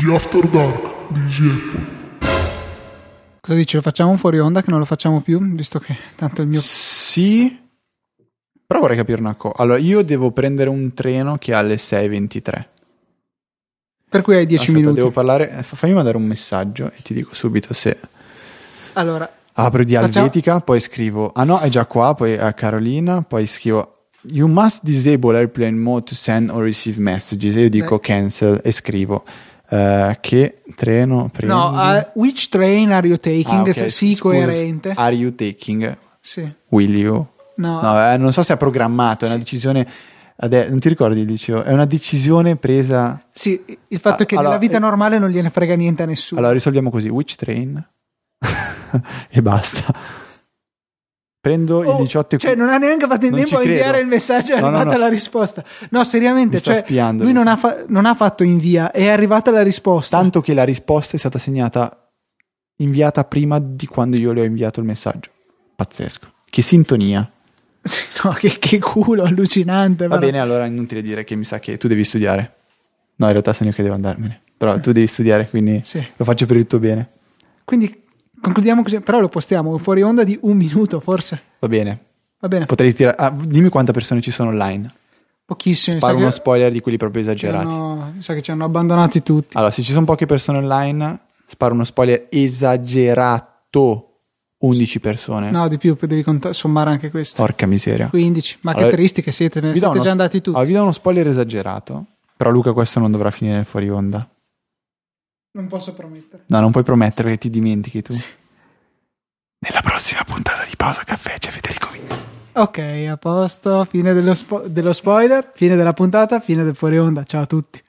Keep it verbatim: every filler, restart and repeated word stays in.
The After Dark di Easy Apple. Cosa dici? Lo facciamo un fuori onda che non lo facciamo più, visto che tanto il mio... Sì, però vorrei capire una cosa. Allora, io devo prendere un treno che è alle sei e ventitré. Per cui hai dieci Aspetta, minuti. devo parlare, fammi mandare un messaggio e ti dico subito se... Allora... Apro di facciamo... Helvetica, poi scrivo... Ah no, è già qua, poi a Carolina, poi scrivo... You must disable airplane mode to send or receive messages. E io dico Beh. cancel e scrivo... Uh, che treno prendi? No, uh, which train are you taking? Ah, okay, Sii scusa. coerente. Are you taking? Sì. Will you? No, No, eh, non so se è programmato, è una Sì. decisione... Ade- non ti ricordi il liceo? È una decisione presa... sì, il fatto Ah, è che allora, nella vita eh, normale non gliene frega niente a nessuno. Allora risolviamo così. Which train? E basta. Prendo Oh, il diciotto e cioè non ha neanche fatto in Non tempo a ci credo. inviare il messaggio, è No, no, arrivata no. la risposta. No, seriamente, Mi sta cioè, spiando, lui non Luca. ha, fa- non ha fatto invia, è arrivata la risposta. Tanto che la risposta è stata segnata, inviata prima di quando io le ho inviato il messaggio. Pazzesco. Che sintonia. Sì, no, che, che culo allucinante. Va però. bene, allora è inutile dire che mi sa che tu devi studiare. No, in realtà sono io che devo andarmene. Però tu devi studiare, quindi Sì. lo faccio per il tuo bene. Quindi concludiamo così, però lo postiamo fuori onda di un minuto forse. Va bene. Va bene, Potrei tirare... Ah, dimmi quante persone ci sono online. pochissimi. Sparo mi sa uno che- spoiler di quelli proprio ci esagerati. hanno- mi sa che ci hanno abbandonati tutti. Allora, se ci sono poche persone online, sparo uno spoiler esagerato. undici persone. No, di più, poi devi cont- sommare anche questo. Porca miseria. quindici. Ma Allora, che tristi che siete, ve ne vi do siete uno- già andati tutti. Allora, vi do uno spoiler esagerato. Però Luca, questo non dovrà finire nel fuori onda. Non posso promettere. No, non puoi promettere perché ti dimentichi tu. Nella prossima puntata di Pausa Caffè c'è Federico Vigna. Ok, a posto, fine dello, spo- dello spoiler, fine della puntata, fine del fuori onda. Ciao a tutti.